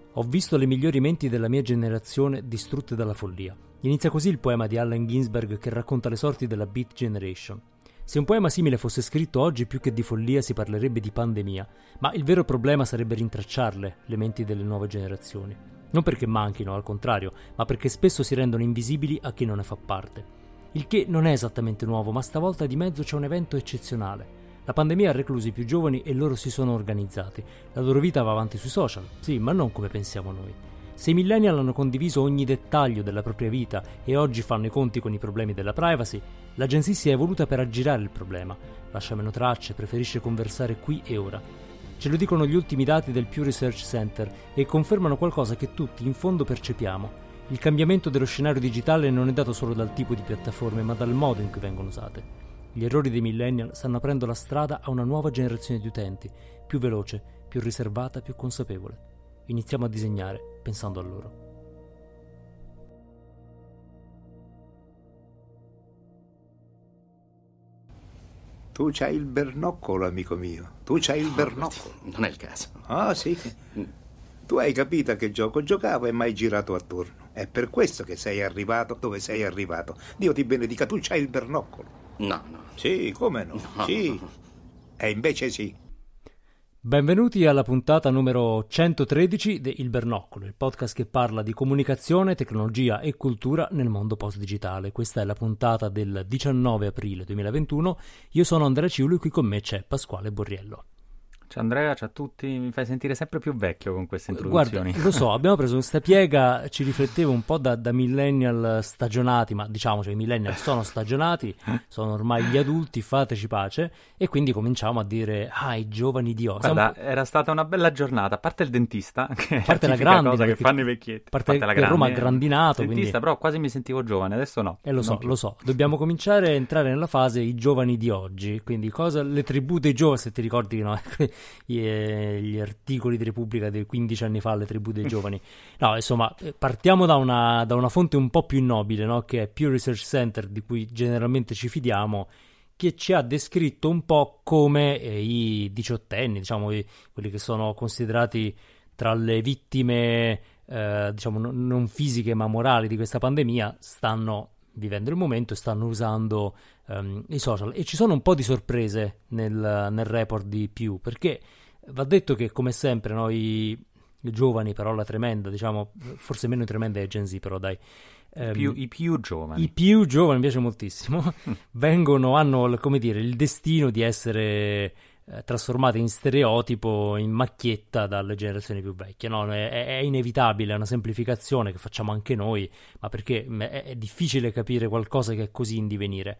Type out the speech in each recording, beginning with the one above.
Ho visto le migliori menti della mia generazione distrutte dalla follia. Inizia così il poema di Allen Ginsberg che racconta le sorti della Beat Generation. Se un poema simile fosse scritto oggi, più che di follia si parlerebbe di pandemia, ma il vero problema sarebbe rintracciarle, le menti delle nuove generazioni. Non perché manchino, al contrario, ma perché spesso si rendono invisibili a chi non ne fa parte. Il che non è esattamente nuovo, ma stavolta di mezzo c'è un evento eccezionale. La pandemia ha recluso i più giovani e loro si sono organizzati. La loro vita va avanti sui social, sì, ma non come pensiamo noi. Se i millennial hanno condiviso ogni dettaglio della propria vita e oggi fanno i conti con i problemi della privacy, la Gen Z si è evoluta per aggirare il problema. Lascia meno tracce, preferisce conversare qui e ora. Ce lo dicono gli ultimi dati del Pew Research Center e confermano qualcosa che tutti in fondo percepiamo. Il cambiamento dello scenario digitale non è dato solo dal tipo di piattaforme, ma dal modo in cui vengono usate. Gli errori dei millennial stanno aprendo la strada a una nuova generazione di utenti, più veloce, più riservata, più consapevole. Iniziamo a disegnare pensando a loro. Tu c'hai il bernoccolo, amico mio. Tu c'hai il bernoccolo. Non è il caso. Ah, sì. Tu hai capito a che gioco giocavo e mai girato attorno. È per questo che sei arrivato dove sei arrivato. Dio ti benedica, tu c'hai il bernoccolo. No. Sì, come no? Sì. E invece sì. Benvenuti alla puntata numero 113 di Il Bernoccolo, il podcast che parla di comunicazione, tecnologia e cultura nel mondo post-digitale. Questa è la puntata del 19 aprile 2021. Io sono Andrea Ciulo e qui con me c'è Pasquale Borriello. Ciao Andrea, ciao a tutti, mi fai sentire sempre più vecchio con queste introduzioni. Guarda, lo so, abbiamo preso questa piega, ci rifletteva un po' da millennial stagionati, ma diciamo, cioè i millennial sono stagionati, sono ormai gli adulti, fateci pace, e quindi cominciamo a dire, i giovani di oggi. Guarda, era stata una bella giornata, a parte il dentista, che è parte la la grande cosa che fanno i vecchietti. A parte che Roma ha grandinato. Il dentista, quindi... però quasi mi sentivo giovane, adesso no. Lo so, dobbiamo cominciare a entrare nella fase i giovani di oggi, quindi le tribù dei giovani, se ti ricordi, no? Gli articoli di Repubblica di 15 anni fa, le tribù dei giovani. No, insomma, partiamo da una fonte un po' più nobile, no? Che è Pew Research Center, di cui generalmente ci fidiamo, che ci ha descritto un po' come i diciottenni, diciamo, quelli che sono considerati tra le vittime, diciamo, non fisiche ma morali di questa pandemia, stanno vivendo il momento e stanno usando i social. E ci sono un po' di sorprese nel report di Pew, perché va detto che, come sempre, i giovani, parola tremenda, diciamo, forse meno tremenda è Gen Z, però dai. I più giovani. I più giovani, mi piace moltissimo, hanno, come dire, il destino di essere trasformati in stereotipo, in macchietta dalle generazioni più vecchie. No? È inevitabile, è una semplificazione che facciamo anche noi, ma perché è difficile capire qualcosa che è così in divenire.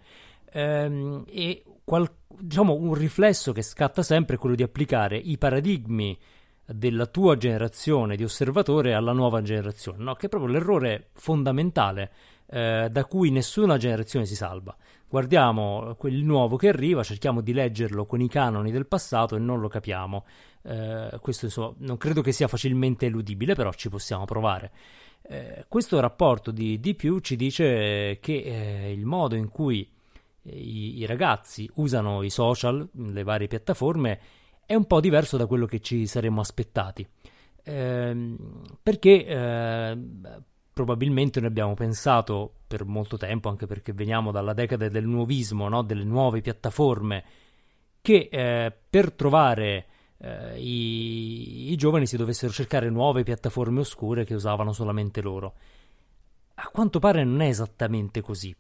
Diciamo, un riflesso che scatta sempre è quello di applicare i paradigmi della tua generazione di osservatore alla nuova generazione, no? Che è proprio l'errore fondamentale da cui nessuna generazione si salva. Guardiamo quel nuovo che arriva, cerchiamo di leggerlo con i canoni del passato e non lo capiamo. Questo, insomma, non credo che sia facilmente eludibile, però ci possiamo provare. Questo rapporto di Pew ci dice che il modo in cui i ragazzi usano i social, le varie piattaforme, è un po' diverso da quello che ci saremmo aspettati, perché probabilmente noi abbiamo pensato per molto tempo, anche perché veniamo dalla decade del nuovismo, no? Delle nuove piattaforme, che per trovare i giovani si dovessero cercare nuove piattaforme oscure che usavano solamente loro. A quanto pare non è esattamente così.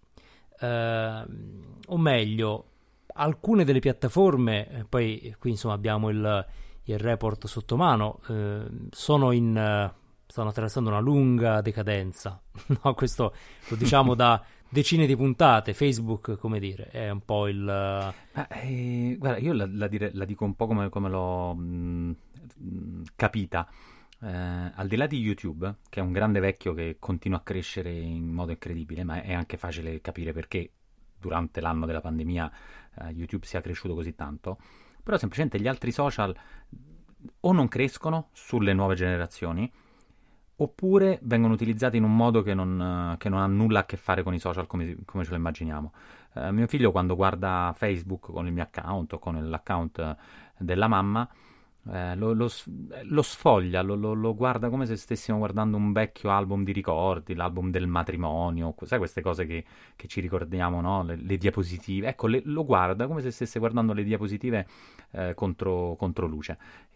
O meglio, alcune delle piattaforme, poi qui insomma abbiamo il report sotto mano, stanno attraversando una lunga decadenza. No, questo lo diciamo da decine di puntate. Facebook, come dire, è un po' il... guarda, io la dico un po' come l'ho capita. Al di là di YouTube, che è un grande vecchio che continua a crescere in modo incredibile, ma è anche facile capire perché durante l'anno della pandemia YouTube sia cresciuto così tanto, però semplicemente gli altri social o non crescono sulle nuove generazioni, oppure vengono utilizzati in un modo che non ha nulla a che fare con i social come ce lo immaginiamo. Mio figlio, quando guarda Facebook con il mio account o con l'account della mamma, lo sfoglia, lo guarda come se stessimo guardando un vecchio album di ricordi, l'album del matrimonio, sai queste cose che ci ricordiamo, no? Le diapositive, ecco, lo guarda come se stesse guardando le diapositive contro luce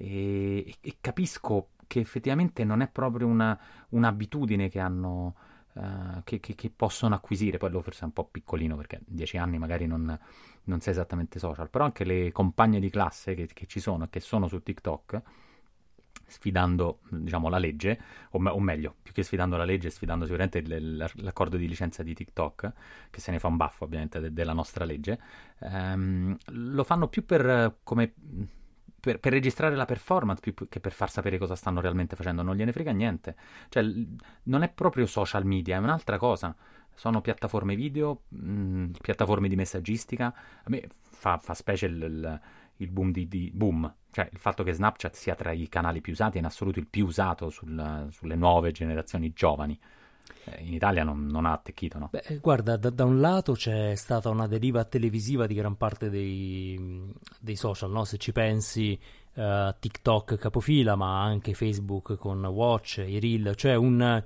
e capisco che effettivamente non è proprio un'abitudine che hanno, che possono acquisire. Poi lo forse è un po' piccolino perché 10 anni magari non sei esattamente social, però anche le compagne di classe che ci sono, che sono su TikTok, sfidando, diciamo, la legge, o meglio, più che sfidando la legge, sfidando sicuramente l'accordo di licenza di TikTok, che se ne fa un baffo ovviamente della nostra legge, lo fanno più per registrare la performance più che per far sapere cosa stanno realmente facendo, non gliene frega niente. Cioè, non è proprio social media, è un'altra cosa. Sono piattaforme video, piattaforme di messaggistica. A me fa specie il boom boom, cioè il fatto che Snapchat sia tra i canali più usati, in assoluto il più usato sulle nuove generazioni giovani. In Italia non ha attecchito, no? Beh, guarda, da un lato c'è stata una deriva televisiva di gran parte dei social, no? Se ci pensi, TikTok capofila, ma anche Facebook con Watch, i Reel, cioè un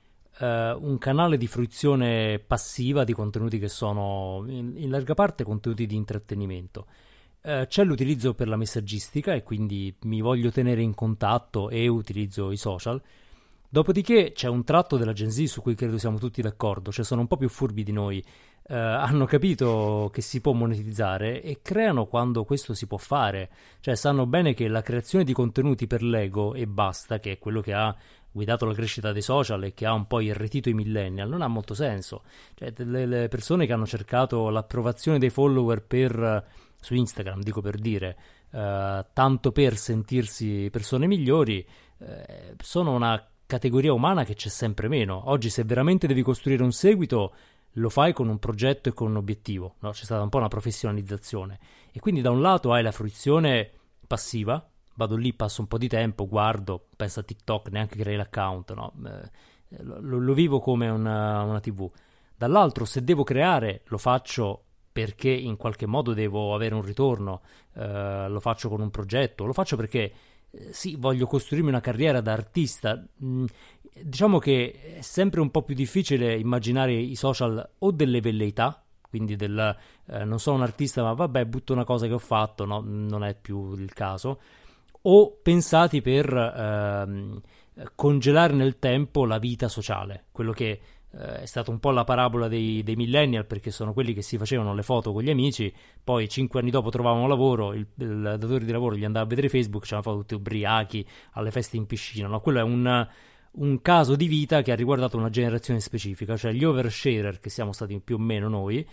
canale di fruizione passiva di contenuti che sono in larga parte contenuti di intrattenimento. C'è l'utilizzo per la messaggistica e quindi mi voglio tenere in contatto e utilizzo i social. Dopodiché c'è un tratto della Gen Z su cui credo siamo tutti d'accordo, cioè sono un po' più furbi di noi, hanno capito che si può monetizzare e creano quando questo si può fare, cioè sanno bene che la creazione di contenuti per l'ego e basta, che è quello che ha guidato la crescita dei social e che ha un po' irretito i millennial, non ha molto senso. Cioè le persone che hanno cercato l'approvazione dei follower su Instagram, dico per dire, tanto per sentirsi persone migliori, sono una categoria umana che c'è sempre meno. Oggi se veramente devi costruire un seguito lo fai con un progetto e con un obiettivo, no? C'è stata un po' una professionalizzazione e quindi da un lato hai la fruizione passiva, vado lì, passo un po' di tempo, guardo, penso a TikTok, neanche crei l'account, no? Lo vivo come una TV. Dall'altro, se devo creare, lo faccio perché in qualche modo devo avere un ritorno, lo faccio con un progetto, lo faccio perché sì, voglio costruirmi una carriera da artista. Diciamo che è sempre un po' più difficile immaginare i social o delle velleità, quindi non sono un artista ma vabbè butto una cosa che ho fatto, no? Non è più il caso, o pensati per congelare nel tempo la vita sociale, quello che è stata un po' la parabola dei millennial, perché sono quelli che si facevano le foto con gli amici, poi 5 anni dopo trovavano lavoro, il datore di lavoro gli andava a vedere Facebook, c'erano foto tutti ubriachi alle feste in piscina, no? Quello è un caso di vita che ha riguardato una generazione specifica, cioè gli oversharer che siamo stati più o meno noi,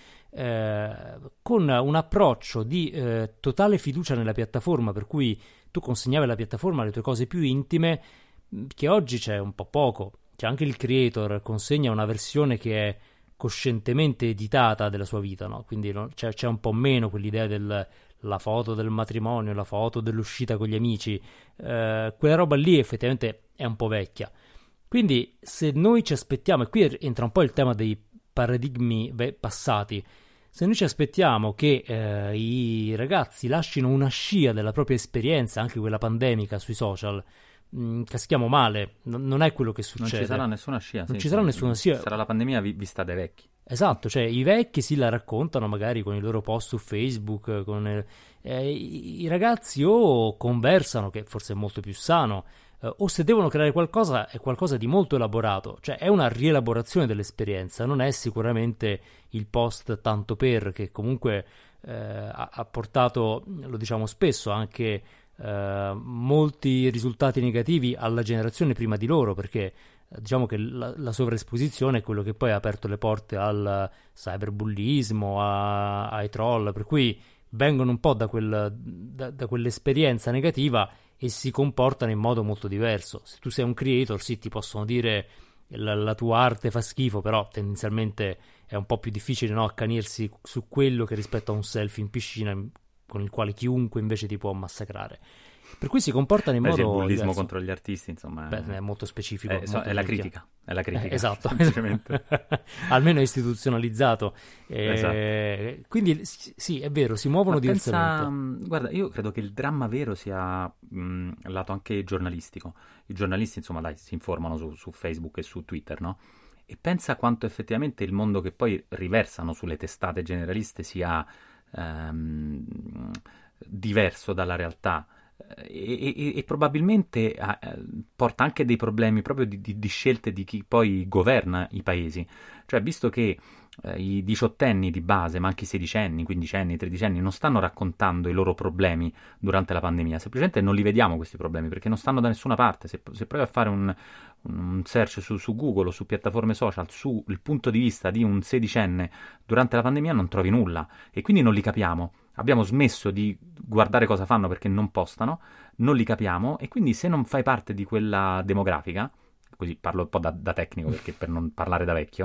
con un approccio di totale fiducia nella piattaforma, per cui tu consegnavi alla piattaforma le tue cose più intime, che oggi c'è un po' poco. C'è anche il creator, consegna una versione che è coscientemente editata della sua vita, no? Quindi c'è un po' meno quell'idea la foto del matrimonio, la foto dell'uscita con gli amici, quella roba lì effettivamente è un po' vecchia. Quindi se noi ci aspettiamo, e qui entra un po' il tema dei paradigmi passati, se noi ci aspettiamo che i ragazzi lascino una scia della propria esperienza, anche quella pandemica, sui social, caschiamo male, non è quello che succede. Non ci sarà nessuna scia. Non ci sarà nessuna scia. Sarà la pandemia vista dai vecchi. Esatto, cioè i vecchi sì la raccontano magari con i loro post su Facebook, i ragazzi o conversano, che forse è molto più sano, o se devono creare qualcosa è qualcosa di molto elaborato, cioè è una rielaborazione dell'esperienza, non è sicuramente il post tanto per, che comunque ha portato, lo diciamo spesso, anche molti risultati negativi alla generazione prima di loro, perché diciamo che la sovraesposizione è quello che poi ha aperto le porte al cyberbullismo, ai troll, per cui vengono un po' da quell'esperienza negativa e si comportano in modo molto diverso. Se tu sei un creator, sì, ti possono dire la tua arte fa schifo, però tendenzialmente è un po' più difficile, no, accanirsi su quello che rispetto a un selfie in piscina con il quale chiunque invece ti può massacrare. Per cui si comportano in Sì, il modo bullismo diverso. contro gli artisti, insomma, Beh, è molto specifico. è molto la nicchia. critica, è la critica, Esatto, semplicemente. almeno è istituzionalizzato. Esatto. Quindi sì, è vero, si muovono Ma pensa, diversamente. guarda, io credo che il dramma vero sia lato anche giornalistico. I giornalisti, insomma, dai, si informano su Facebook e su Twitter, no? E pensa quanto effettivamente il mondo che poi riversano sulle testate generaliste sia diverso dalla realtà. E probabilmente porta anche dei problemi proprio di scelte di chi poi governa i paesi. Cioè, visto che i diciottenni di base, ma anche i sedicenni, quindicenni, tredicenni, non stanno raccontando i loro problemi durante la pandemia, semplicemente non li vediamo questi problemi, perché non stanno da nessuna parte. Se provi a fare un search su Google o su piattaforme social sul punto di vista di un sedicenne durante la pandemia, non trovi nulla, e quindi non li capiamo. Abbiamo smesso di guardare cosa fanno perché non postano, non li capiamo, e quindi se non fai parte di quella demografica, così parlo un po' da tecnico perché per non parlare da vecchio,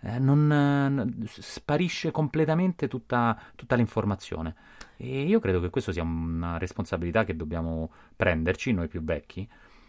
sparisce completamente tutta l'informazione. E io credo che questo sia una responsabilità che dobbiamo prenderci noi più vecchi,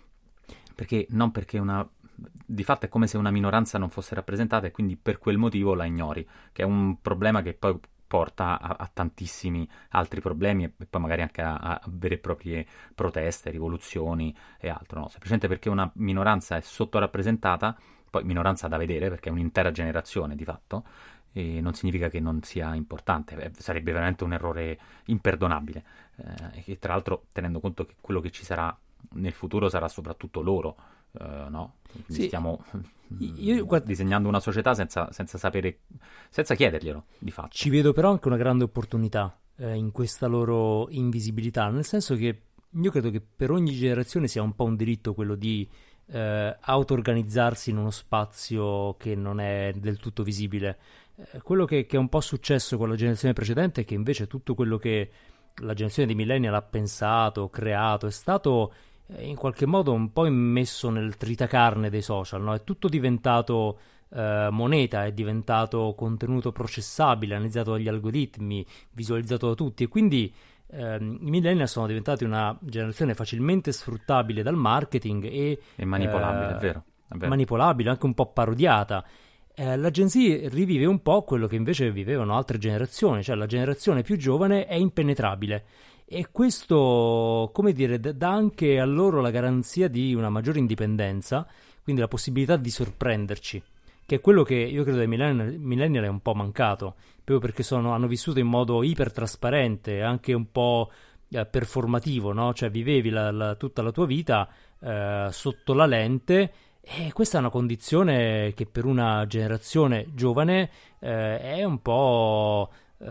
perché non perché di fatto è come se una minoranza non fosse rappresentata e quindi per quel motivo la ignori, che è un problema che poi porta a tantissimi altri problemi e poi magari anche a vere e proprie proteste, rivoluzioni e altro, no? Semplicemente perché una minoranza è sottorappresentata, poi minoranza da vedere perché è un'intera generazione di fatto, e non significa che non sia importante. Sarebbe veramente un errore imperdonabile, e tra l'altro tenendo conto che quello che ci sarà nel futuro sarà soprattutto loro, no? Quindi Sì, stiamo guarda, disegnando una società senza sapere, senza chiederglielo, di fatto. ci vedo però anche una grande opportunità in questa loro invisibilità, nel senso che io credo che per ogni generazione sia un po' un diritto quello di auto-organizzarsi in uno spazio che non è del tutto visibile. Quello che è un po' successo con la generazione precedente è che invece tutto quello che la generazione dei millennial ha pensato, creato, è stato in qualche modo un po' immesso nel tritacarne dei social, no? È tutto diventato moneta, è diventato contenuto processabile, analizzato dagli algoritmi, visualizzato da tutti, e quindi i millennial sono diventati una generazione facilmente sfruttabile dal marketing e manipolabile, è vero. manipolabile, anche un po' parodiata. La Gen Z rivive un po' quello che invece vivevano altre generazioni, cioè la generazione più giovane è impenetrabile, e questo, come dire, dà anche a loro la garanzia di una maggiore indipendenza, quindi la possibilità di sorprenderci, che è quello che io credo ai millennial è un po' mancato, proprio perché hanno vissuto in modo ipertrasparente, anche un po' performativo, no? Cioè vivevi tutta la tua vita sotto la lente, e questa è una condizione che per una generazione giovane è un po'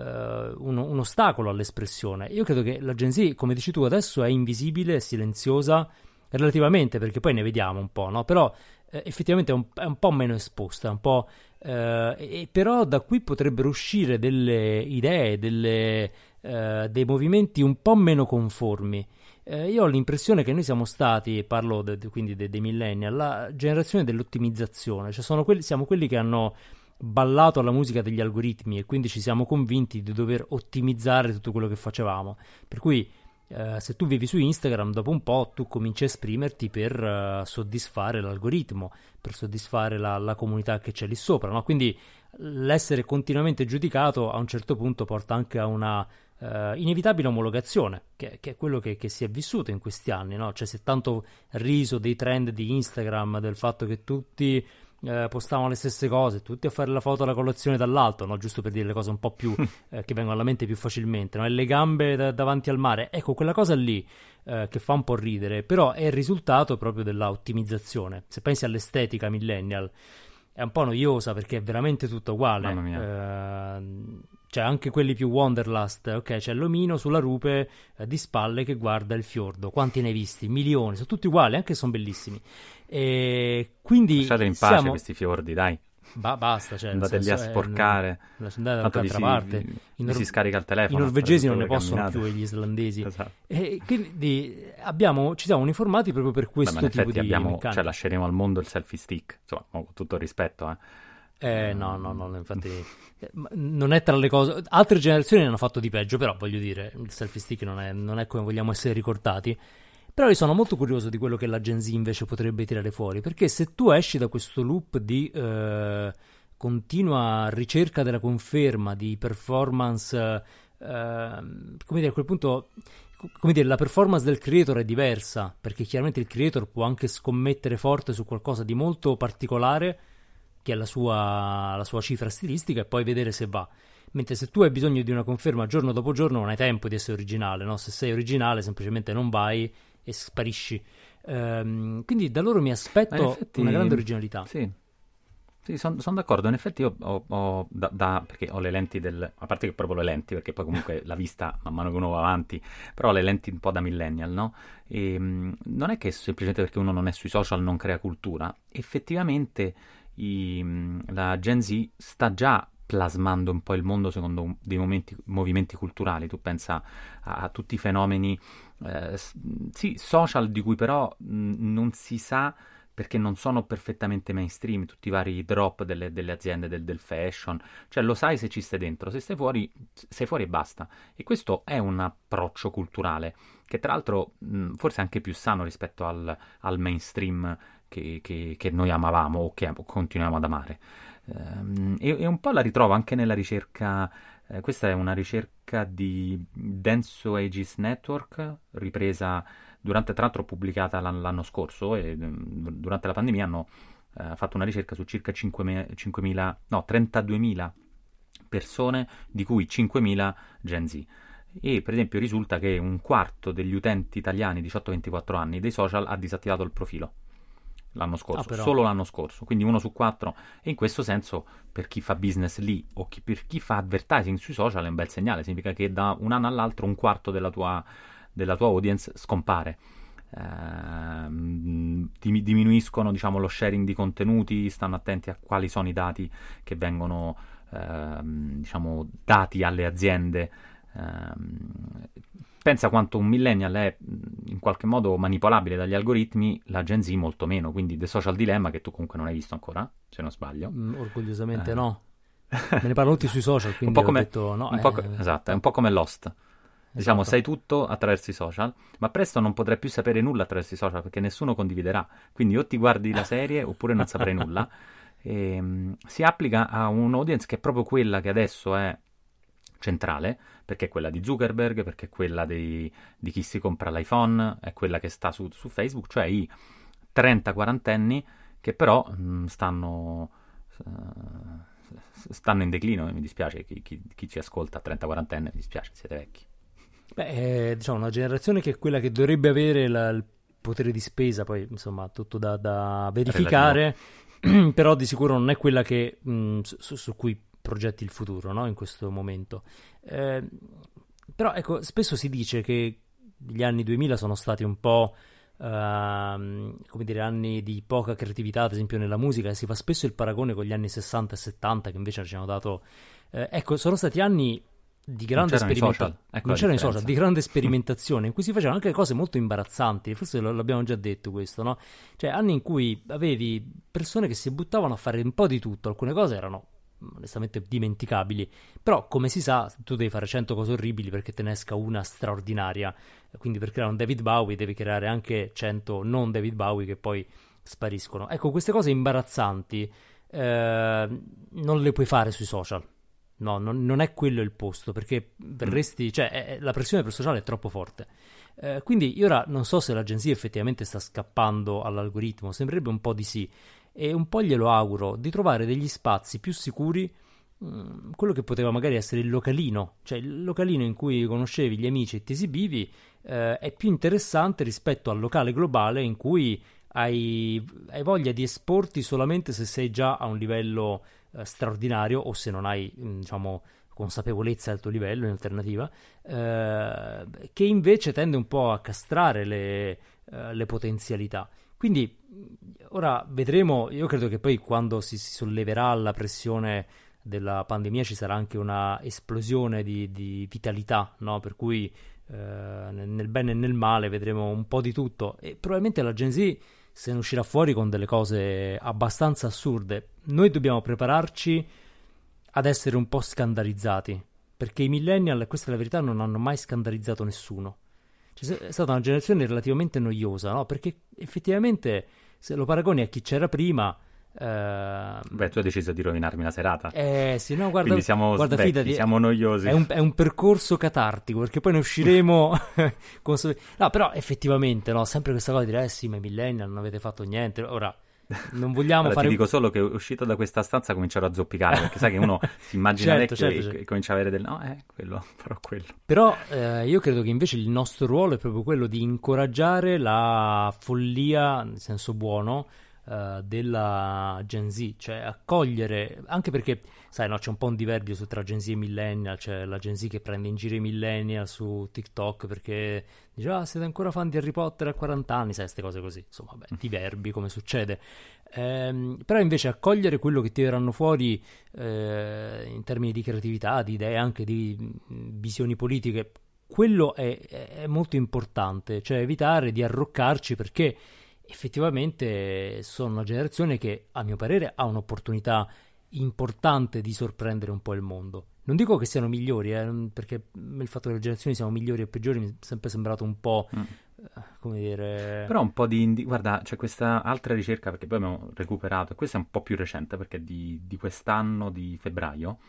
un ostacolo all'espressione. Io credo che la Gen Z, come dici tu adesso, è invisibile, è silenziosa relativamente, perché poi ne vediamo un po', no? Però effettivamente è un po' meno esposta, un po', e però da qui potrebbero uscire delle idee, dei movimenti un po' meno conformi. Io ho l'impressione che noi siamo stati, parlo quindi dei millennial, la generazione dell'ottimizzazione, cioè siamo quelli che hanno ballato alla musica degli algoritmi e quindi ci siamo convinti di dover ottimizzare tutto quello che facevamo. Per cui se tu vivi su Instagram, dopo un po' tu cominci a esprimerti per soddisfare l'algoritmo, per soddisfare la comunità che c'è lì sopra, no? Quindi l'essere continuamente giudicato a un certo punto porta anche a una inevitabile omologazione, che è quello che si è vissuto in questi anni, no? Cioè, si è tanto riso dei trend di Instagram, del fatto che tutti postavano le stesse cose, tutti a fare la foto alla colazione dall'alto, no? Giusto per dire le cose un po' più che vengono alla mente più facilmente, no? E le gambe davanti al mare, ecco, quella cosa lì che fa un po' ridere, però è il risultato proprio della ottimizzazione. Se pensi all'estetica millennial è un po' noiosa perché è veramente tutto uguale. Mamma mia. Cioè anche quelli più Wanderlust, ok, c'è l'omino sulla rupe di spalle che guarda il fiordo. Quanti ne hai visti? Milioni, sono tutti uguali, anche se sono bellissimi. E quindi lasciate in pace questi fiordi, dai. Basta, cioè, andate lì a sporcare, andate da un'altra parte. Si scarica il telefono. I norvegesi non ne possono più, e gli islandesi. Esatto. E quindi ci siamo uniformati proprio per questo tipo di meccanica. Cioè, lasceremo al mondo il selfie stick, insomma, con tutto il rispetto, No, infatti non è tra le cose. Altre generazioni ne hanno fatto di peggio, però voglio dire, il selfie stick non è come vogliamo essere ricordati. Però io sono molto curioso di quello che la Gen Z invece potrebbe tirare fuori, perché se tu esci da questo loop di continua ricerca della conferma, di performance, come dire, a quel punto, come dire, la performance del creator è diversa, perché chiaramente il creator può anche scommettere forte su qualcosa di molto particolare, che è la sua cifra stilistica, e poi vedere se va. Mentre se tu hai bisogno di una conferma giorno dopo giorno, non hai tempo di essere originale, no? Se sei originale semplicemente non vai e sparisci. Quindi da loro mi aspetto effetti, una grande originalità. Sì, sono d'accordo. In effetti io perché ho le lenti a parte che proprio le lenti, perché poi comunque la vista man mano che uno va avanti, però ho le lenti un po' da millennial, no? E non è che semplicemente perché uno non è sui social non crea cultura. Effettivamente la Gen Z sta già plasmando un po' il mondo secondo dei movimenti culturali. Tu pensa a tutti i fenomeni sì, social, di cui però non si sa perché non sono perfettamente mainstream, tutti i vari drop delle aziende del fashion, cioè lo sai se ci stai dentro, se stai fuori e basta. E questo è un approccio culturale che tra l'altro forse è anche più sano rispetto al mainstream che noi amavamo o che continuiamo ad amare. E un po' la ritrovo anche nella ricerca. Questa è una ricerca di Denso Aegis Network, ripresa tra l'altro pubblicata l'anno scorso, e durante la pandemia hanno fatto una ricerca su circa 32.000 persone, di cui 5.000 Gen Z. E per esempio risulta che un quarto degli utenti italiani 18-24 anni dei social ha disattivato il profilo l'anno scorso, solo l'anno scorso, quindi 1 su 4, e in questo senso per chi fa business lì o per chi fa advertising sui social è un bel segnale, significa che da un anno all'altro un quarto della tua audience scompare. Diminuiscono, diciamo, lo sharing di contenuti, stanno attenti a quali sono i dati che vengono diciamo dati alle aziende. Pensa quanto un millennial è in qualche modo manipolabile dagli algoritmi, la Gen Z molto meno, quindi The Social Dilemma, che tu comunque non hai visto ancora, se non sbaglio. Orgogliosamente no. Me ne parlo tutti sui social, quindi ho detto no. Esatto, è un po' come Lost. Diciamo, sai tutto attraverso i social, ma presto non potrai più sapere nulla attraverso i social, perché nessuno condividerà. Quindi o ti guardi la serie oppure non saprai nulla. Si applica a un'audience che è proprio quella che adesso è centrale, perché è quella di Zuckerberg, perché è quella di chi si compra l'iPhone, è quella che sta su Facebook, cioè i 30-40enni che però stanno in declino. Mi dispiace chi ci ascolta 30-40enne, mi dispiace, siete vecchi. Beh, diciamo una generazione che è quella che dovrebbe avere il potere di spesa, poi insomma tutto da verificare, però di sicuro non è quella che su cui progetti il futuro, no? In questo momento. Però ecco, spesso si dice che gli anni 2000 sono stati un po' come dire, anni di poca creatività, ad esempio nella musica, e si fa spesso il paragone con gli anni 60 e 70 che invece ci hanno dato ecco, sono stati anni di grande sperimentazione, non c'erano i social, di grande sperimentazione, in cui si facevano anche cose molto imbarazzanti, forse l'abbiamo già detto questo, no? Cioè anni in cui avevi persone che si buttavano a fare un po' di tutto, alcune cose erano onestamente dimenticabili, però come si sa tu devi fare 100 cose orribili perché te ne esca una straordinaria, quindi per creare un David Bowie devi creare anche 100 non David Bowie che poi spariscono. Ecco, queste cose imbarazzanti non le puoi fare sui social. No, non è quello il posto, perché verresti, cioè la pressione per social è troppo forte. Quindi io ora non so se la Gen Z effettivamente sta scappando all'algoritmo, sembrerebbe un po' di sì, e un po' glielo auguro, di trovare degli spazi più sicuri, quello che poteva magari essere il localino, cioè il localino in cui conoscevi gli amici e ti esibivi, è più interessante rispetto al locale globale in cui hai voglia di esporti solamente se sei già a un livello straordinario, o se non hai diciamo consapevolezza del tuo livello in alternativa, che invece tende un po' a castrare le potenzialità. Quindi ora vedremo. Io credo che poi quando si solleverà la pressione della pandemia ci sarà anche una esplosione di vitalità, no? Per cui nel bene e nel male vedremo un po' di tutto, e probabilmente la Gen Z se ne uscirà fuori con delle cose abbastanza assurde. Noi dobbiamo prepararci ad essere un po' scandalizzati, perché i millennial, questa è la verità, non hanno mai scandalizzato nessuno. È stata una generazione relativamente noiosa, no? Perché effettivamente se lo paragoni a chi c'era prima... Beh, tu hai deciso di rovinarmi la serata. Sì, no, guarda, quindi siamo vecchi, fidati, siamo noiosi. È un percorso catartico, perché poi ne usciremo no, però effettivamente, no, sempre questa cosa di dire, sì, ma i millennial non avete fatto niente. Ora, non vogliamo allora, fare... ti dico solo che uscito da questa stanza comincerò a zoppicare, perché sai che uno si immagina certo, vecchio e comincia a avere del... No, quello, farò quello. Però io credo che invece il nostro ruolo è proprio quello di incoraggiare la follia, nel senso buono, della Gen Z, cioè accogliere, anche perché sai, no, c'è un po' un diverbio tra Gen Z e millennial, c'è la Gen Z che prende in giro i millennial su TikTok perché dice siete ancora fan di Harry Potter a 40 anni, sai, queste cose così, insomma, beh, diverbi come succede. Però invece accogliere quello che tireranno fuori in termini di creatività, di idee, anche di visioni politiche, quello è molto importante, cioè evitare di arroccarci, perché effettivamente sono una generazione che, a mio parere, ha un'opportunità importante di sorprendere un po' il mondo. Non dico che siano migliori, perché il fatto che le generazioni siano migliori o peggiori mi è sempre sembrato un po', come dire... Però un po' guarda, c'è questa altra ricerca, perché poi abbiamo recuperato, e questa è un po' più recente, perché di quest'anno, di febbraio,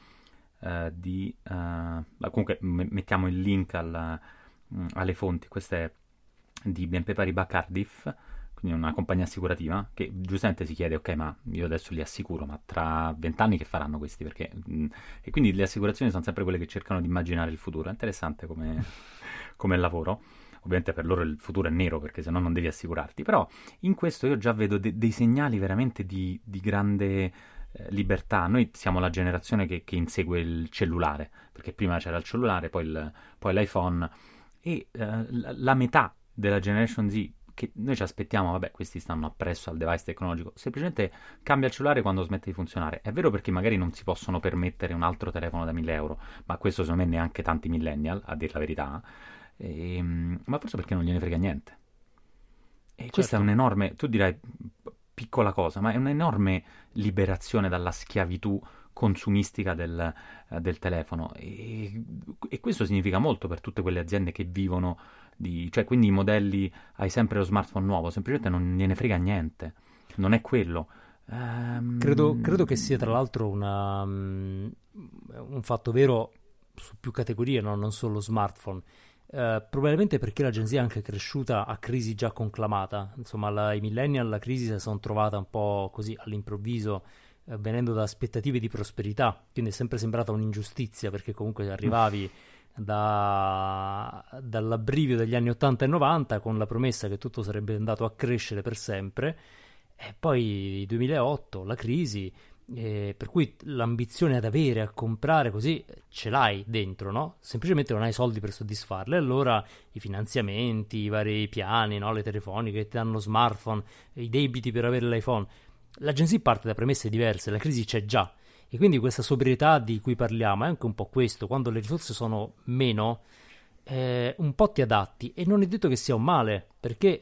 comunque mettiamo il link alle fonti. Questa è di BNP Paribas Cardiff, quindi una compagnia assicurativa, che giustamente si chiede, ok, ma io adesso li assicuro, ma tra 20 anni che faranno questi? Perché, e quindi le assicurazioni sono sempre quelle che cercano di immaginare il futuro. È interessante come lavoro. Ovviamente per loro il futuro è nero, perché sennò non devi assicurarti, però in questo io già vedo dei segnali veramente di grande libertà. Noi siamo la generazione che insegue il cellulare, perché prima c'era il cellulare, poi l'iPhone, e la metà della Generation Z, che noi ci aspettiamo, vabbè, questi stanno appresso al device tecnologico, semplicemente cambia il cellulare quando smette di funzionare. È vero, perché magari non si possono permettere un altro telefono da 1.000 euro, ma questo secondo me neanche tanti millennial, a dir la verità, ma forse perché non gliene frega niente. E questa è un'enorme, tu dirai piccola cosa, ma è un'enorme liberazione dalla schiavitù consumistica del telefono, e questo significa molto per tutte quelle aziende che vivono cioè, quindi i modelli, hai sempre lo smartphone nuovo, semplicemente non gliene frega niente, non è quello. Credo che sia tra l'altro un fatto vero su più categorie, no? Non solo smartphone. Probabilmente perché la Gen Z è anche cresciuta a crisi già conclamata, insomma i millennial la crisi se la sono trovata un po' così all'improvviso, venendo da aspettative di prosperità, quindi è sempre sembrata un'ingiustizia, perché comunque arrivavi dall'abbrivio degli anni 80 e 90 con la promessa che tutto sarebbe andato a crescere per sempre, e poi 2008 la crisi, per cui l'ambizione ad avere, a comprare, così ce l'hai dentro, no? Semplicemente non hai soldi per soddisfarle, allora i finanziamenti, i vari piani, no? Le telefoniche che ti danno lo smartphone, i debiti per avere l'iPhone. La Gen Z parte da premesse diverse, la crisi c'è già, e quindi questa sobrietà di cui parliamo è anche un po' questo: quando le risorse sono meno, un po' ti adatti, e non è detto che sia un male, perché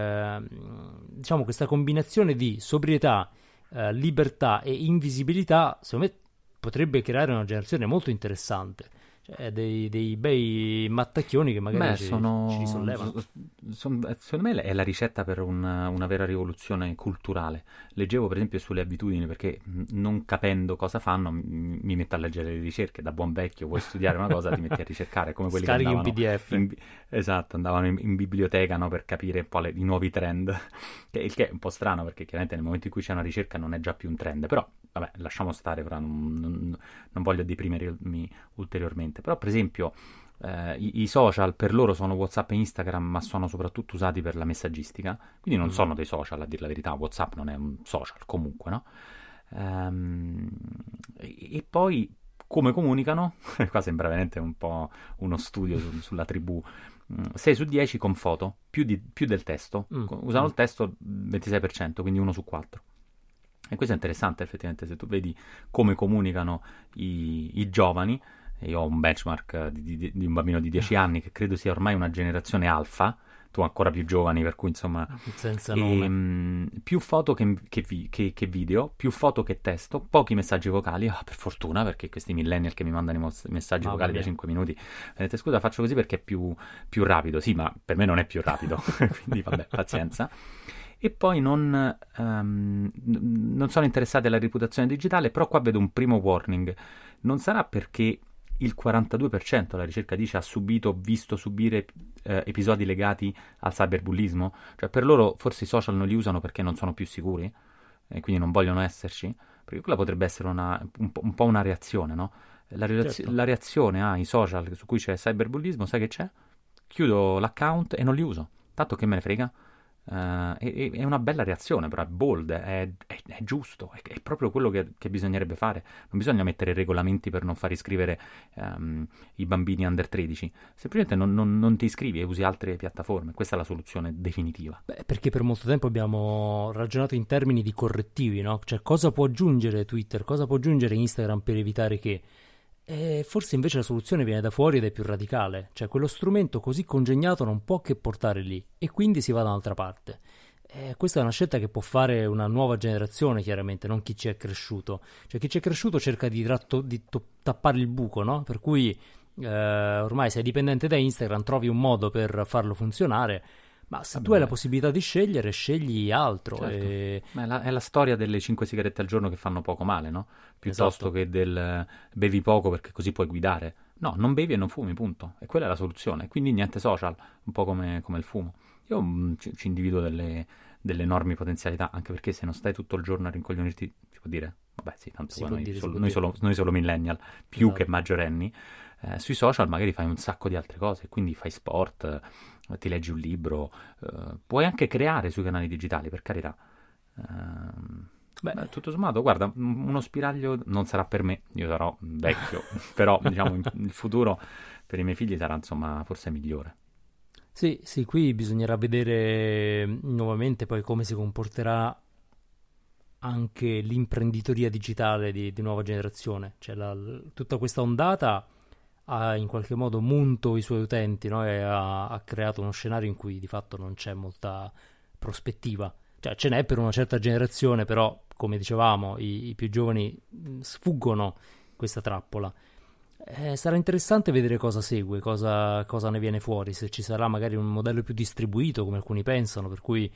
diciamo questa combinazione di sobrietà, libertà e invisibilità, secondo me potrebbe creare una generazione molto interessante, cioè dei bei mattacchioni che magari ci risollevano. Secondo me è la ricetta per una vera rivoluzione culturale. Leggevo per esempio sulle abitudini, perché non capendo cosa fanno mi metto a leggere le ricerche. Da buon vecchio vuoi studiare una cosa, ti metti a ricercare, come quelli scarichi che un PDF. Esatto, andavano in biblioteca, no, per capire un po' i nuovi trend, il che è un po' strano, perché chiaramente nel momento in cui c'è una ricerca non è già più un trend. Però vabbè, lasciamo stare, non voglio deprimermi ulteriormente. Però per esempio i social per loro sono WhatsApp e Instagram, ma sono soprattutto usati per la messaggistica, quindi non sono dei social, a dir la verità. WhatsApp non è un social comunque, no? E poi come comunicano? Qua sembra veramente un po' uno studio sulla tribù. 6 su 10 con foto, più del testo. Usano il testo 26%, quindi 1 su 4. E questo è interessante effettivamente, se tu vedi come comunicano i giovani. Io ho un benchmark di un bambino di 10 anni che credo sia ormai una generazione alfa, tu ancora più giovani, per cui insomma... Senza nome. Più foto che video, più foto che testo, pochi messaggi vocali, per fortuna, perché questi millennial che mi mandano i messaggi vocali da 5 minuti, vedete, scusa, faccio così perché è più rapido. Sì, ma per me non è più rapido, quindi vabbè, pazienza. E poi non sono interessati alla reputazione digitale, però qua vedo un primo warning. Non sarà perché il 42%, la ricerca dice, ha visto subire episodi legati al cyberbullismo? Cioè per loro forse i social non li usano perché non sono più sicuri e quindi non vogliono esserci? Perché quella potrebbe essere un po' una reazione, no? Certo. La reazione ai social su cui c'è cyberbullismo, sai che c'è? Chiudo l'account e non li uso. Tanto che me ne frega? È una bella reazione, però è bold, è giusto, è proprio quello che bisognerebbe fare. Non bisogna mettere regolamenti per non far iscrivere i bambini under 13, semplicemente non ti iscrivi e usi altre piattaforme. Questa è la soluzione definitiva. Beh, perché per molto tempo abbiamo ragionato in termini di correttivi, no? Cioè cosa può aggiungere Twitter, cosa può aggiungere Instagram per evitare che... forse invece la soluzione viene da fuori ed è più radicale, cioè quello strumento così congegnato non può che portare lì e quindi si va da un'altra parte. Questa è una scelta che può fare una nuova generazione, chiaramente, non chi ci è cresciuto. Cioè chi ci è cresciuto cerca di tappare il buco, no? Per cui ormai sei dipendente da Instagram, trovi un modo per farlo funzionare. Ma se tu hai la possibilità di scegliere, scegli altro. Certo. Ma è la storia delle 5 sigarette al giorno che fanno poco male, no? Piuttosto che del bevi poco perché così puoi guidare. No, non bevi e non fumi, punto. E quella è la soluzione. Quindi niente social, un po' come il fumo. Io ci individuo delle enormi potenzialità, anche perché se non stai tutto il giorno a rincoglionirti, si può dire? Vabbè sì, tanto noi solo millennial, più che maggiorenni. Sui social magari fai un sacco di altre cose, quindi fai sport, ti leggi un libro, puoi anche creare sui canali digitali, per carità. Tutto sommato, guarda, uno spiraglio non sarà per me, io sarò vecchio, però diciamo il futuro per i miei figli sarà insomma forse migliore. Sì, qui bisognerà vedere nuovamente poi come si comporterà anche l'imprenditoria digitale di nuova generazione, cioè tutta questa ondata ha in qualche modo munto i suoi utenti, no? E ha creato uno scenario in cui di fatto non c'è molta prospettiva. Cioè ce n'è per una certa generazione, però come dicevamo i più giovani sfuggono questa trappola. Sarà interessante vedere cosa segue, cosa ne viene fuori, se ci sarà magari un modello più distribuito come alcuni pensano, per cui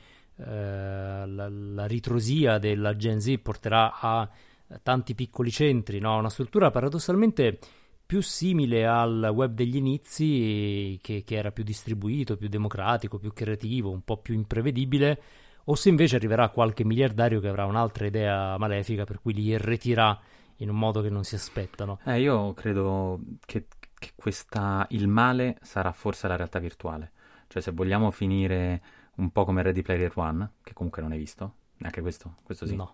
la ritrosia della Gen Z porterà a tanti piccoli centri, no? Una struttura paradossalmente più simile al web degli inizi, che era più distribuito, più democratico, più creativo, un po' più imprevedibile, o se invece arriverà qualche miliardario che avrà un'altra idea malefica per cui li irretirà in un modo che non si aspettano. Io credo che il male sarà forse la realtà virtuale. Cioè se vogliamo finire un po' come Ready Player One, che comunque non hai visto, neanche questo sì. No.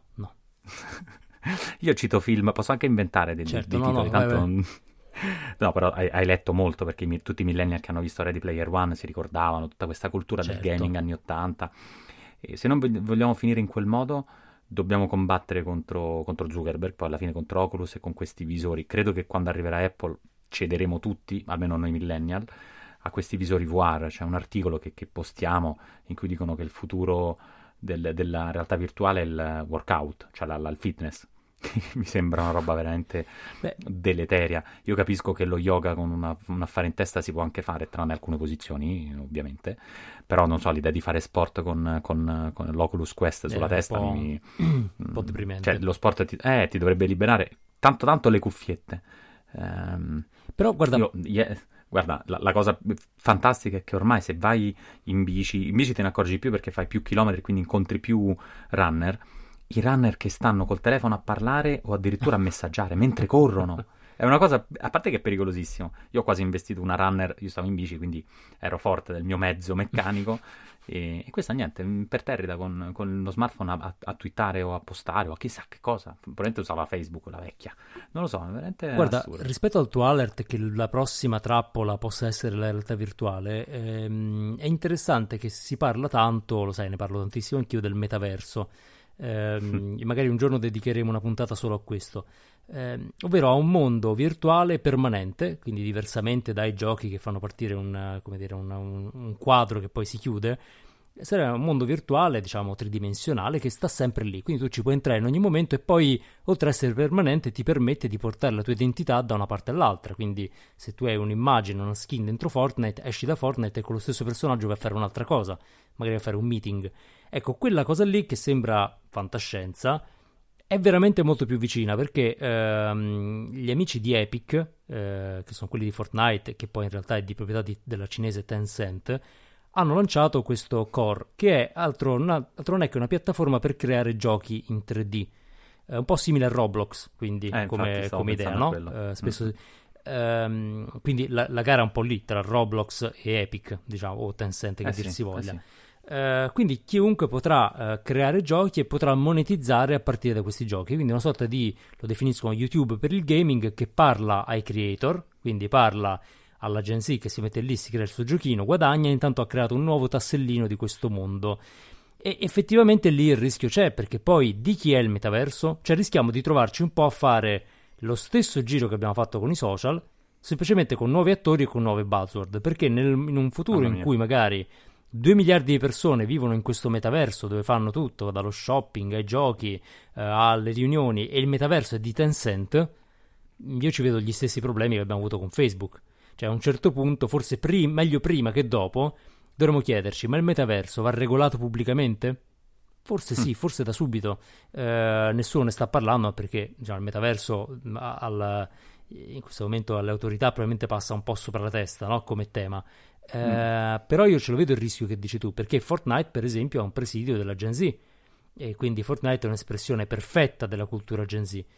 Io cito film, posso anche inventare dei titoli, tanto... Vai. No, però hai letto molto, perché tutti i millennial che hanno visto Ready Player One si ricordavano tutta questa cultura del gaming anni 80. E se non vogliamo finire in quel modo, dobbiamo combattere contro Zuckerberg, poi alla fine contro Oculus e con questi visori. Credo che quando arriverà Apple cederemo tutti, almeno noi millennial, a questi visori VR. C'è un articolo che postiamo in cui dicono che il futuro della realtà virtuale è il workout, cioè il fitness. Mi sembra una roba veramente deleteria. Io capisco che lo yoga con un affare in testa si può anche fare, tranne alcune posizioni ovviamente, però non so, l'idea di fare sport con l'Oculus Quest sulla testa un po' deprimente. Cioè lo sport ti dovrebbe liberare tanto le cuffiette. Però guarda, guarda, la cosa fantastica è che ormai se vai in bici te ne accorgi più perché fai più chilometri, quindi incontri più runner. I runner che stanno col telefono a parlare o addirittura a messaggiare mentre corrono. È una cosa, a parte che è pericolosissimo. Io ho quasi investito una runner, io stavo in bici, quindi ero forte del mio mezzo meccanico e questa niente, imperterrita con lo smartphone a twittare o a postare o a chissà che cosa. Probabilmente usava Facebook, la vecchia. Non lo so, è veramente guarda, assurdo. Rispetto al tuo alert che la prossima trappola possa essere la realtà virtuale, è interessante che si parla tanto, lo sai, ne parlo tantissimo anch'io, del metaverso. magari un giorno dedicheremo una puntata solo a questo, ovvero a un mondo virtuale permanente, quindi diversamente dai giochi che fanno partire un quadro che poi si chiude. Sarà un mondo virtuale, diciamo, tridimensionale, che sta sempre lì, quindi tu ci puoi entrare in ogni momento e poi, oltre ad essere permanente, ti permette di portare la tua identità da una parte all'altra. Quindi se tu hai un'immagine, una skin dentro Fortnite, esci da Fortnite e con lo stesso personaggio vai a fare un'altra cosa, magari vai a fare un meeting. Ecco, quella cosa lì che sembra fantascienza è veramente molto più vicina, perché gli amici di Epic, che sono quelli di Fortnite, che poi in realtà è di proprietà della cinese Tencent, hanno lanciato questo Core, che è altro non è che una piattaforma per creare giochi in 3D, un po' simile a Roblox, quindi come idea, no? Spesso, quindi la gara è un po' lì tra Roblox e Epic, diciamo, o Tencent, che dir si voglia. Quindi chiunque potrà creare giochi e potrà monetizzare a partire da questi giochi, quindi una sorta di, lo definiscono YouTube per il gaming, che parla ai creator, quindi parla alla Gen Z che si mette lì, si crea il suo giochino, guadagna, intanto ha creato un nuovo tassellino di questo mondo. E effettivamente lì il rischio c'è, perché poi di chi è il metaverso? Cioè rischiamo di trovarci un po' a fare lo stesso giro che abbiamo fatto con i social, semplicemente con nuovi attori e con nuove buzzword, perché in un futuro in cui magari 2 miliardi di persone vivono in questo metaverso dove fanno tutto, dallo shopping ai giochi alle riunioni, e il metaverso è di Tencent, io ci vedo gli stessi problemi che abbiamo avuto con Facebook. Cioè a un certo punto, forse meglio prima che dopo, dovremmo chiederci: ma il metaverso va regolato pubblicamente? Forse sì, forse da subito. Nessuno ne sta parlando, perché il metaverso in questo momento alle autorità probabilmente passa un po' sopra la testa, no? Come tema. Però io ce lo vedo il rischio che dici tu, perché Fortnite per esempio ha un presidio della Gen Z, e quindi Fortnite è un'espressione perfetta della cultura Gen Z.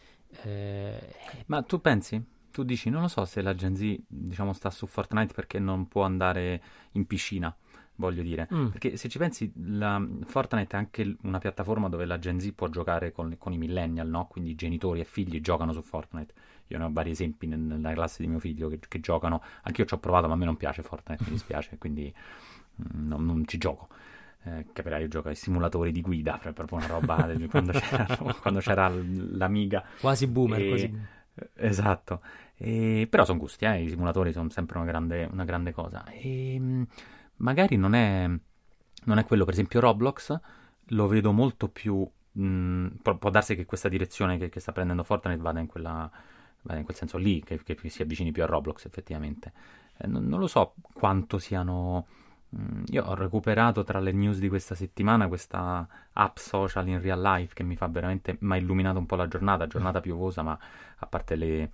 Ma tu pensi? Tu dici, non lo so se la Gen Z, diciamo, sta su Fortnite perché non può andare in piscina, voglio dire. Perché se ci pensi, Fortnite è anche una piattaforma dove la Gen Z può giocare con i millennial, no? Quindi i genitori e figli giocano su Fortnite. Io ne ho vari esempi nella classe di mio figlio che giocano. Anche io ci ho provato, ma a me non piace Fortnite, mi dispiace, quindi non ci gioco. Capirai, io gioco ai simulatori di guida, proprio una roba quando c'era l'Amiga. Quasi boomer, quasi. Esatto, però sono gusti, i simulatori sono sempre una grande cosa, e magari non è quello. Per esempio Roblox lo vedo molto più, può darsi che questa direzione che sta prendendo Fortnite vada in quel senso lì, che si avvicini più a Roblox effettivamente. Non lo so quanto siano. Io ho recuperato tra le news di questa settimana questa app social in real life che mi ha illuminato un po' la giornata piovosa, ma a parte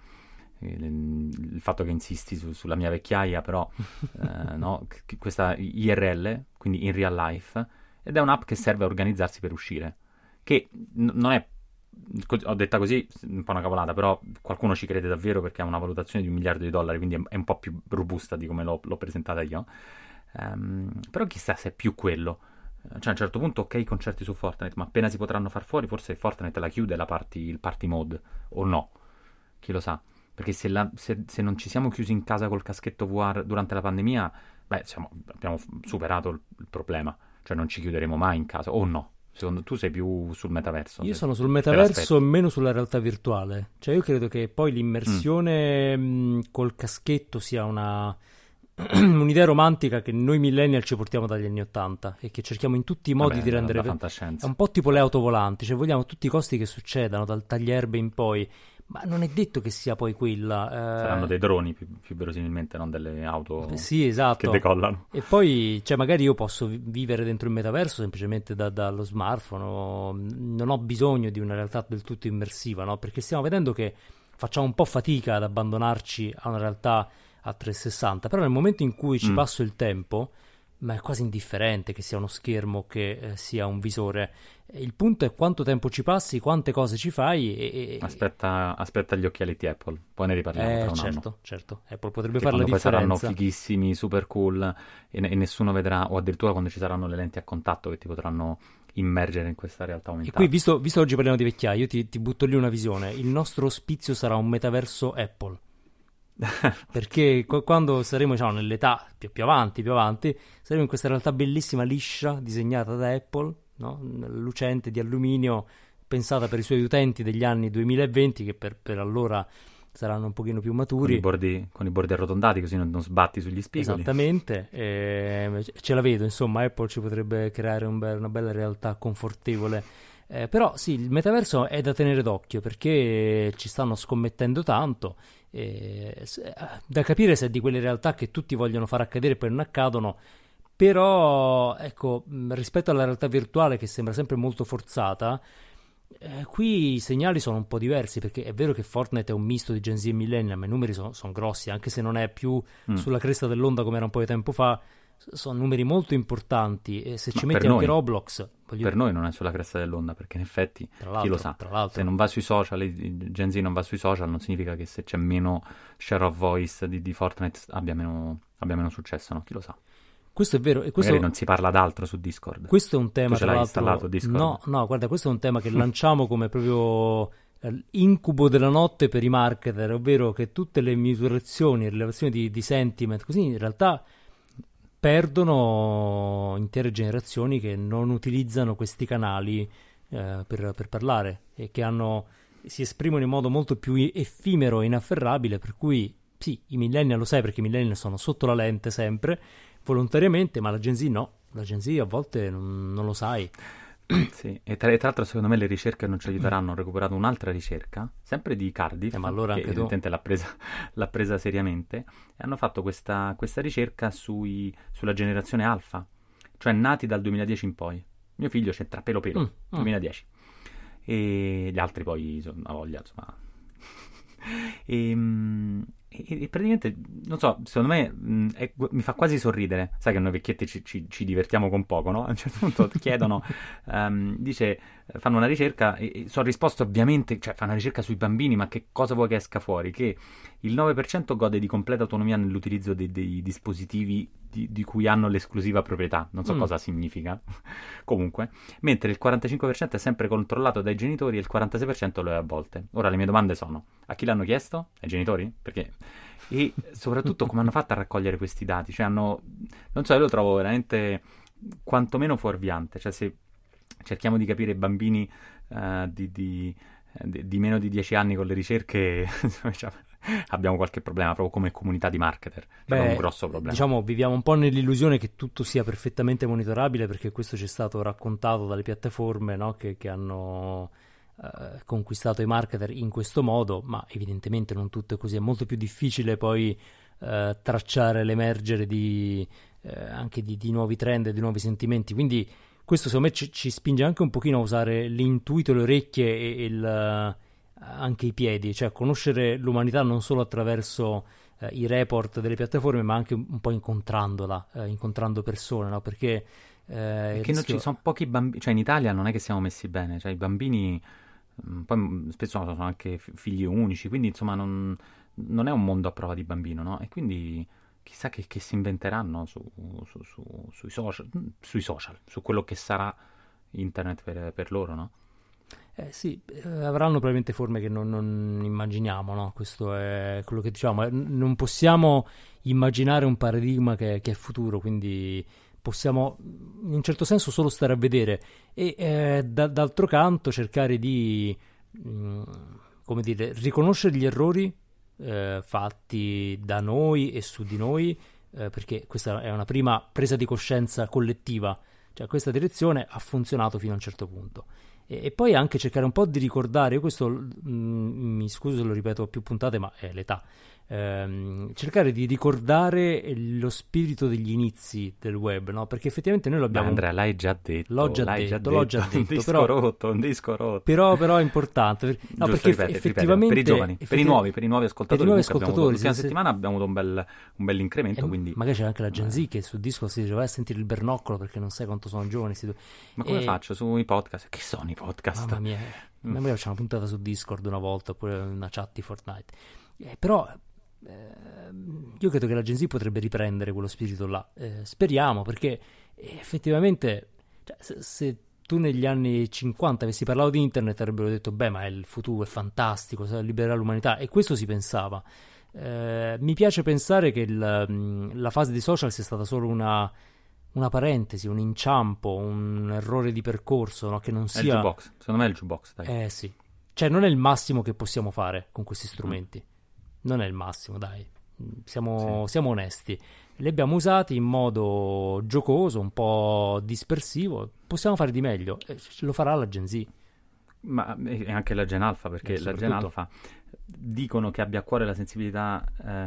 il fatto che insisti sulla mia vecchiaia, però no, questa IRL, quindi in real life, ed è un'app che serve a organizzarsi per uscire, che non è, ho detta così, un po' una cavolata, però qualcuno ci crede davvero, perché ha una valutazione di $1 miliardo, quindi è un po' più robusta di come l'ho presentata io. Però chissà se è più quello. Cioè a un certo punto ok i concerti su Fortnite, ma appena si potranno far fuori forse Fortnite la chiude il party mode, o no, chi lo sa, perché se non ci siamo chiusi in casa col caschetto VR durante la pandemia, abbiamo superato il problema, cioè non ci chiuderemo mai in casa, o no? Secondo tu sei più sul metaverso? Io sono sul metaverso e meno sulla realtà virtuale. Cioè io credo che poi l'immersione col caschetto sia un'idea romantica che noi millennial ci portiamo dagli anni '80 e che cerchiamo in tutti i modi di rendere. È un po' tipo le auto volanti, cioè vogliamo a tutti i costi che succedano, dal taglierbe in poi, ma non è detto che sia poi quella. Saranno dei droni più verosimilmente, non delle auto sì, esatto, che decollano. E poi, cioè, magari io posso vivere dentro il metaverso semplicemente dallo smartphone, non ho bisogno di una realtà del tutto immersiva, no? Perché stiamo vedendo che facciamo un po' fatica ad abbandonarci a una realtà a 360, però nel momento in cui ci passo il tempo, ma è quasi indifferente che sia uno schermo, che sia un visore. Il punto è quanto tempo ci passi, quante cose ci fai. Aspetta gli occhialetti Apple, poi ne riparliamo tra un anno. Certo, Apple potrebbe fare la differenza. Poi saranno fighissimi, super cool, e nessuno vedrà, o addirittura quando ci saranno le lenti a contatto che ti potranno immergere in questa realtà aumentata. E qui, visto oggi parliamo di vecchiaia, io ti butto lì una visione. Il nostro ospizio sarà un metaverso Apple. Perché quando saremo, diciamo, nell'età più avanti saremo in questa realtà bellissima liscia disegnata da Apple, no? Lucente di alluminio, pensata per i suoi utenti degli anni 2020, che per allora saranno un pochino più maturi. Con i bordi arrotondati, così non sbatti sugli spigoli. Esattamente, ce la vedo, insomma, Apple ci potrebbe creare una bella realtà confortevole. Però sì, il metaverso è da tenere d'occhio perché ci stanno scommettendo tanto, da capire se è di quelle realtà che tutti vogliono far accadere e poi non accadono. Però ecco, rispetto alla realtà virtuale che sembra sempre molto forzata, qui i segnali sono un po' diversi, perché è vero che Fortnite è un misto di Gen Z e Millennial, ma i numeri sono grossi, anche se non è più sulla cresta dell'onda come era un po' di tempo fa. Sono numeri molto importanti, e se ci metti anche Roblox, per noi non è sulla cresta dell'onda, perché in effetti chi lo sa, se non va sui social, Gen Z non va sui social, non significa che se c'è meno share of voice di Fortnite abbia meno successo, no? Chi lo sa. Questo è vero, e questo magari non si parla d'altro su Discord. Questo è un tema, tu ce l'hai installato Discord? No, guarda, questo è un tema che lanciamo come proprio incubo della notte per i marketer, ovvero che tutte le misurazioni e rilevazioni di sentiment, così in realtà perdono intere generazioni che non utilizzano questi canali per parlare, e che si esprimono in modo molto più effimero e inafferrabile, per cui sì, i millennial, lo sai, perché i millennial sono sotto la lente sempre, volontariamente, ma la Gen Z no, la Gen Z a volte non lo sai. Sì, e tra l'altro secondo me le ricerche non ci aiuteranno. Ho recuperato un'altra ricerca, sempre di Cardiff, ma allora che anche evidentemente l'ha presa seriamente, e hanno fatto questa ricerca sulla generazione alfa, cioè nati dal 2010 in poi. Mio figlio c'entra pelo 2010, e gli altri poi a voglia, insomma. E praticamente, non so, secondo me mi fa quasi sorridere. Sai che noi vecchietti ci divertiamo con poco, no? A un certo punto chiedono, fanno una ricerca e sono risposte ovviamente, cioè fanno una ricerca sui bambini, ma che cosa vuoi che esca fuori? Che il 9% gode di completa autonomia nell'utilizzo dei dispositivi di cui hanno l'esclusiva proprietà. Non so cosa significa, comunque, mentre il 45% è sempre controllato dai genitori e il 46% lo è a volte. Ora le mie domande sono: a chi l'hanno chiesto? Ai genitori? Perché... E soprattutto come hanno fatto a raccogliere questi dati? Cioè non so, io lo trovo veramente quantomeno fuorviante. Cioè, se cerchiamo di capire i bambini di meno di 10 anni con le ricerche, cioè, abbiamo qualche problema proprio come comunità di marketer. È un grosso problema. Diciamo, viviamo un po' nell'illusione che tutto sia perfettamente monitorabile, perché questo ci è stato raccontato dalle piattaforme, no? che hanno conquistato i marketer in questo modo, ma evidentemente non tutto è così. È molto più difficile poi tracciare l'emergere anche di nuovi trend e di nuovi sentimenti, quindi questo secondo me ci spinge anche un pochino a usare l'intuito, le orecchie e anche i piedi, cioè conoscere l'umanità non solo attraverso i report delle piattaforme, ma anche un po' incontrandola, incontrando persone, no? Perché non ci sono pochi bambini, cioè in Italia non è che siamo messi bene, cioè i bambini poi spesso sono anche figli unici, quindi insomma non è un mondo a prova di bambino, no? E quindi chissà che si inventeranno sui social, su quello che sarà internet per loro, no? Sì, avranno probabilmente forme che non immaginiamo, no? Questo è quello che diciamo. Non possiamo immaginare un paradigma che è futuro, quindi possiamo in un certo senso solo stare a vedere e d'altro canto cercare di come dire, riconoscere gli errori fatti da noi e su di noi, perché questa è una prima presa di coscienza collettiva, cioè questa direzione ha funzionato fino a un certo punto, e poi anche cercare un po' di ricordare, io questo mi scuso se lo ripeto a più puntate, ma è l'età, cercare di ricordare lo spirito degli inizi del web, no? Perché effettivamente noi lo abbiamo... Andrea, l'hai già detto. L'ho già detto. Un disco rotto. Però è importante. No, giusto, perché effettivamente... Per i giovani, per i nuovi ascoltatori. L'ultima se... settimana abbiamo avuto un bel incremento, quindi... Magari c'è anche la Gen Z che su Discord si dice vai a sentire il bernoccolo perché non sai quanto sono giovani. Ma come faccio sui podcast? Che sono i podcast? Mamma mia, magari facciamo una puntata su Discord una volta, oppure una chat di Fortnite. Però... io credo che la Gen Z potrebbe riprendere quello spirito là, speriamo, perché effettivamente, cioè, se tu negli anni 50 avessi parlato di internet avrebbero detto beh, ma è il futuro, è fantastico, libererà l'umanità, e questo si pensava. Mi piace pensare che la fase di social sia stata solo una una parentesi, un inciampo, un errore di percorso, no? Che non sia... È il jukebox, secondo me è il jukebox, dai. Sì. Cioè non è il massimo che possiamo fare con questi strumenti. Non è il massimo, dai. Siamo onesti. Li abbiamo usati in modo giocoso, un po' dispersivo. Possiamo fare di meglio. Lo farà la Gen Z. Ma e anche la Gen Alpha, perché la Gen Alpha dicono che abbia a cuore la sensibilità,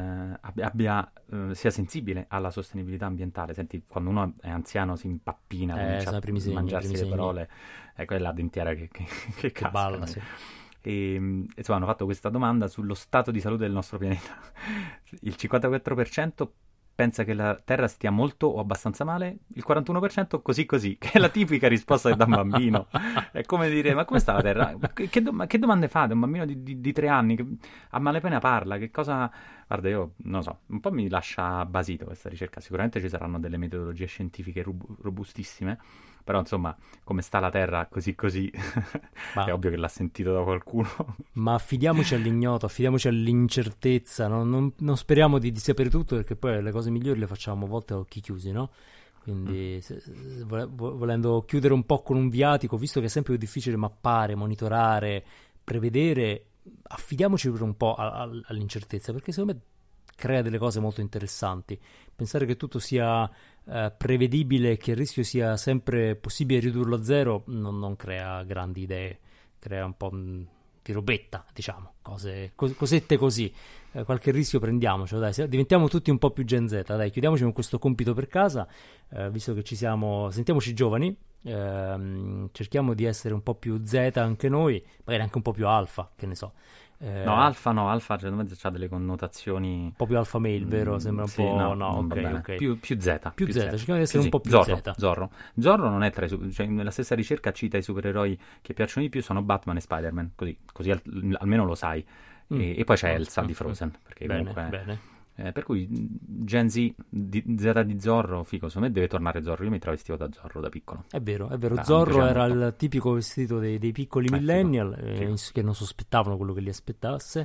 sia sensibile alla sostenibilità ambientale. Senti, quando uno è anziano si impappina, comincia a mangiarsi le parole, ecco, è la dentiera che casca. Balla, sì. E insomma hanno fatto questa domanda sullo stato di salute del nostro pianeta. Il 54% pensa che la Terra stia molto o abbastanza male, il 41% così così, che è la tipica risposta che dà un bambino. È come dire, ma come sta la Terra? Che domande fate? Un bambino di 3 anni che a malapena parla, che cosa... Guarda, io non so, un po' mi lascia basito questa ricerca. Sicuramente ci saranno delle metodologie scientifiche robustissime, però insomma, come sta la Terra così così, è ovvio che l'ha sentito da qualcuno. Ma affidiamoci all'ignoto, affidiamoci all'incertezza, non speriamo di sapere tutto, perché poi le cose migliori le facciamo a volte a occhi chiusi, no? Quindi volendo chiudere un po' con un viatico, visto che è sempre più difficile mappare, monitorare, prevedere, affidiamoci per un po' all'incertezza, perché secondo me crea delle cose molto interessanti. Pensare che tutto sia prevedibile e che il rischio sia sempre possibile ridurlo a zero non crea grandi idee, crea un po' di robetta, diciamo, cosette così. Qualche rischio prendiamocelo, dai, diventiamo tutti un po' più Gen Z, dai, chiudiamoci con questo compito per casa, visto che ci siamo, sentiamoci giovani, cerchiamo di essere un po' più Z anche noi, magari anche un po' più alfa, che ne so. Alfa secondo me c'ha delle connotazioni un po' più alfa male, vero? Sembra un po'... ok. Più Z. Più Z, cerchiamo di essere un po' più Z. Zorro non è tra i cioè nella stessa ricerca cita i supereroi che piacciono di più sono Batman e Spider-Man, così almeno lo sai. E poi c'è Elsa di Frozen, perché comunque... per cui Gen Z di Zorro, figo, secondo me deve tornare Zorro. Io mi travestivo da Zorro da piccolo. È vero. Zorro era il tipico vestito dei piccoli millennial, figo. Che non sospettavano quello che li aspettasse.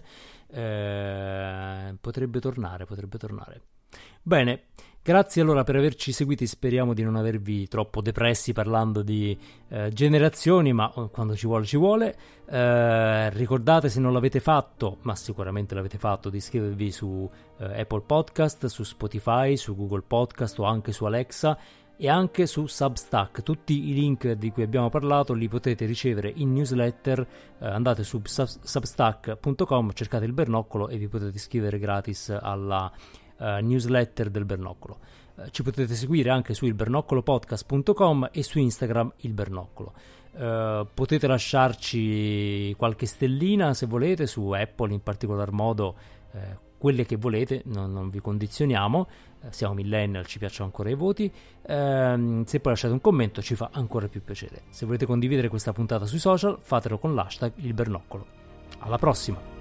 Potrebbe tornare. Bene, grazie allora per averci seguiti, speriamo di non avervi troppo depressi parlando di generazioni, ma quando ci vuole. Ricordate, se non l'avete fatto, ma sicuramente l'avete fatto, di iscrivervi su Apple Podcast, su Spotify, su Google Podcast o anche su Alexa e anche su Substack. Tutti i link di cui abbiamo parlato li potete ricevere in newsletter. Andate su substack.com, cercate il Bernoccolo e vi potete iscrivere gratis alla newsletter del Bernoccolo. Ci potete seguire anche su ilbernoccolopodcast.com e su Instagram il Bernoccolo. Potete lasciarci qualche stellina se volete, su Apple in particolar modo, quelle che volete, non vi condizioniamo, siamo millennial, ci piacciono ancora i voti. Se poi lasciate un commento ci fa ancora più piacere. Se volete condividere questa puntata sui social, fatelo con l'hashtag il Bernoccolo. Alla prossima!